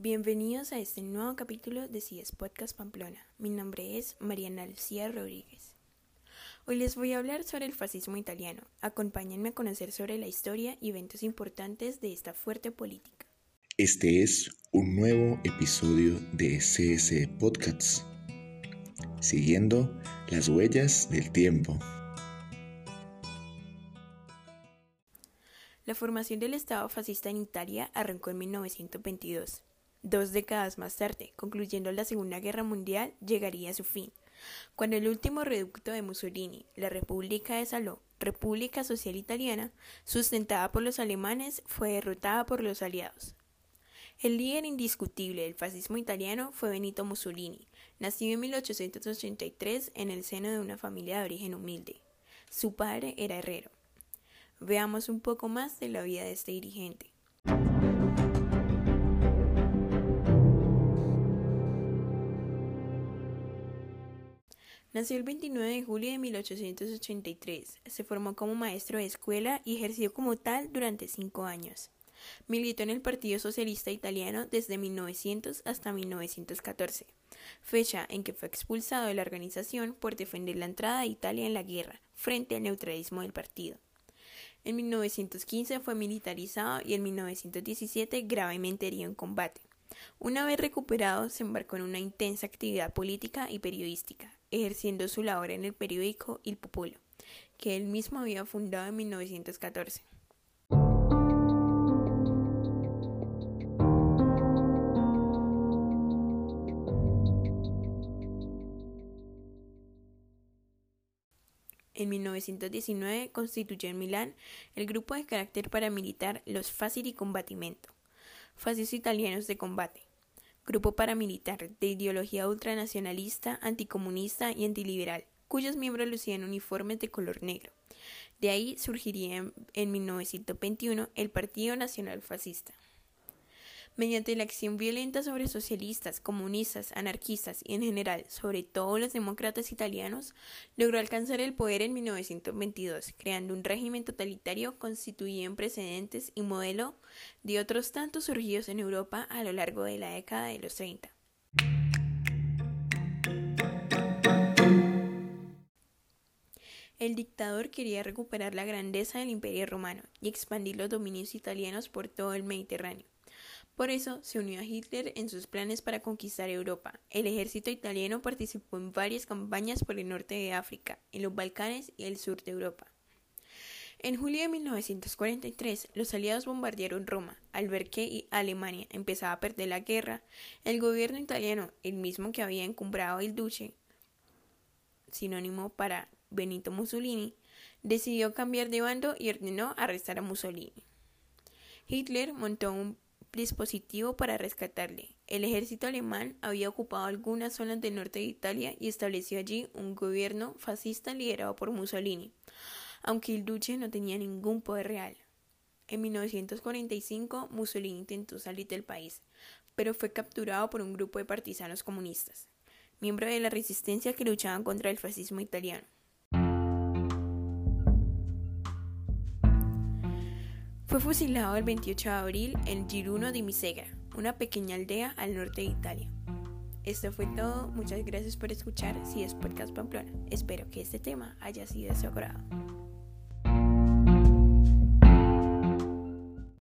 Bienvenidos a este nuevo capítulo de CIES Podcast Pamplona. Mi nombre es Mariana Lucía Rodríguez. Hoy les voy a hablar sobre el fascismo italiano. Acompáñenme a conocer sobre la historia y eventos importantes de esta fuerte política. Este es un nuevo episodio de CS Podcasts, siguiendo las huellas del tiempo. La formación del Estado fascista en Italia arrancó en 1922. 2 décadas más tarde, concluyendo la Segunda Guerra Mundial, llegaría a su fin, cuando el último reducto de Mussolini, la República de Salò, República Social Italiana, sustentada por los alemanes, fue derrotada por los aliados. El líder indiscutible del fascismo italiano fue Benito Mussolini, nacido en 1883 en el seno de una familia de origen humilde. Su padre era herrero. Veamos un poco más de la vida de este dirigente. Nació el 29 de julio de 1883, se formó como maestro de escuela y ejerció como tal durante 5 años. Militó en el Partido Socialista Italiano desde 1900 hasta 1914, fecha en que fue expulsado de la organización por defender la entrada de Italia en la guerra, frente al neutralismo del partido. En 1915 fue militarizado y en 1917 gravemente herido en combate. Una vez recuperado, se embarcó en una intensa actividad política y periodística, ejerciendo su labor en el periódico Il Popolo, que él mismo había fundado en 1914. En 1919 constituyó en Milán el grupo de carácter paramilitar Los Fasci di Combattimento, Fascis Italianos de Combate, grupo paramilitar de ideología ultranacionalista, anticomunista y antiliberal, cuyos miembros lucían uniformes de color negro. De ahí surgiría en 1921 el Partido Nacional Fascista. Mediante la acción violenta sobre socialistas, comunistas, anarquistas y en general sobre todos los demócratas italianos, logró alcanzar el poder en 1922, creando un régimen totalitario constituido en precedentes y modelo de otros tantos surgidos en Europa a lo largo de la década de los 30. El dictador quería recuperar la grandeza del Imperio Romano y expandir los dominios italianos por todo el Mediterráneo. Por eso se unió a Hitler en sus planes para conquistar Europa. El ejército italiano participó en varias campañas por el norte de África, en los Balcanes y el sur de Europa. En julio de 1943, los aliados bombardearon Roma. Al ver que Alemania empezaba a perder la guerra, el gobierno italiano, el mismo que había encumbrado el duce, sinónimo para Benito Mussolini, decidió cambiar de bando y ordenó arrestar a Mussolini. Hitler montó un dispositivo para rescatarle. El ejército alemán había ocupado algunas zonas del norte de Italia y estableció allí un gobierno fascista liderado por Mussolini, aunque el duce no tenía ningún poder real. En 1945 Mussolini intentó salir del país, pero fue capturado por un grupo de partisanos comunistas, miembros de la resistencia que luchaban contra el fascismo italiano. Fue fusilado el 28 de abril en Giruno di Misegra, una pequeña aldea al norte de Italia. Esto fue todo, muchas gracias por escuchar CIES Podcast Pamplona. Espero que este tema haya sido de su agrado.